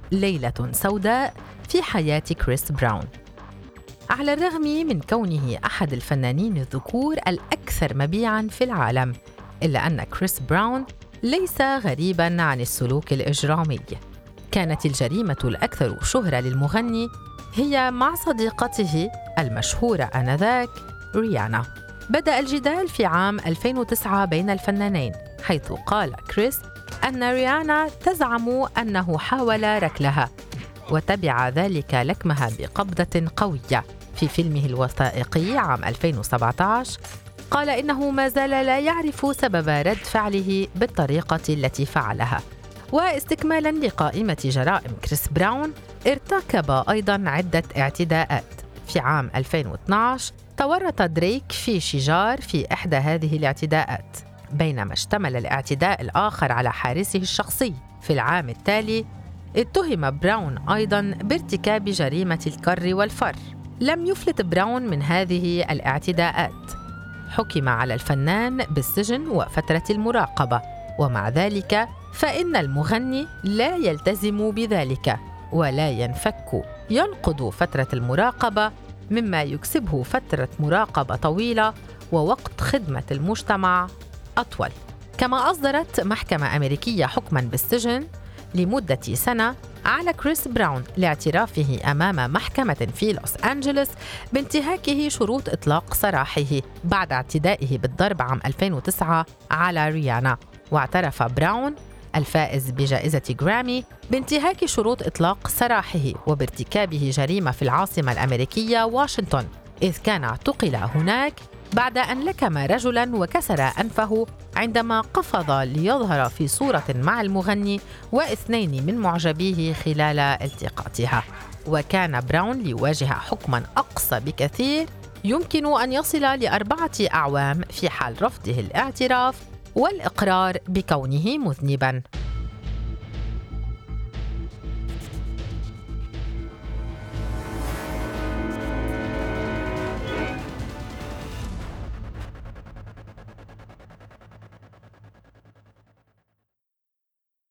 ليلة سوداء في حياة كريس براون. على الرغم من كونه أحد الفنانين الذكور الأكثر مبيعاً في العالم، إلا أن كريس براون ليس غريباً عن السلوك الإجرامي. كانت الجريمة الأكثر شهرة للمغني هي مع صديقته المشهورة آنذاك ريانا. بدأ الجدال في عام 2009 بين الفنانين، حيث قال كريس أن ريانا تزعم أنه حاول ركلها، وتبع ذلك لكمها بقبضة قوية. في فيلمه الوثائقي عام 2017 قال إنه ما زال لا يعرف سبب رد فعله بالطريقة التي فعلها. واستكمالاً لقائمة جرائم كريس براون، ارتكب أيضاً عدة اعتداءات. في عام 2012 تورط دريك في شجار في إحدى هذه الاعتداءات، بينما اشتمل الاعتداء الآخر على حارسه الشخصي. في العام التالي اتهم براون أيضاً بارتكاب جريمة الكر والفر. لم يفلت براون من هذه الاعتداءات. حكم على الفنان بالسجن وفترة المراقبة، ومع ذلك فإن المغني لا يلتزم بذلك ولا ينفك، ينقض فترة المراقبة، مما يكسبه فترة مراقبة طويلة ووقت خدمة المجتمع أطول. كما أصدرت محكمة أمريكية حكماً بالسجن لمدة سنة على كريس براون لاعترافه أمام محكمة في لوس أنجلوس بانتهاكه شروط إطلاق سراحه بعد اعتدائه بالضرب عام 2009 على ريانا. واعترف براون الفائز بجائزة غرامي بانتهاك شروط إطلاق سراحه وبارتكابه جريمة في العاصمة الأمريكية واشنطن، إذ كان اعتقل هناك بعد أن لكم رجلاً وكسر أنفه عندما قفز ليظهر في صورة مع المغني واثنين من معجبيه خلال التقاطها. وكان براون ليواجه حكماً أقصى بكثير يمكن أن يصل ل4 أعوام في حال رفضه الاعتراف والإقرار بكونه مذنباً.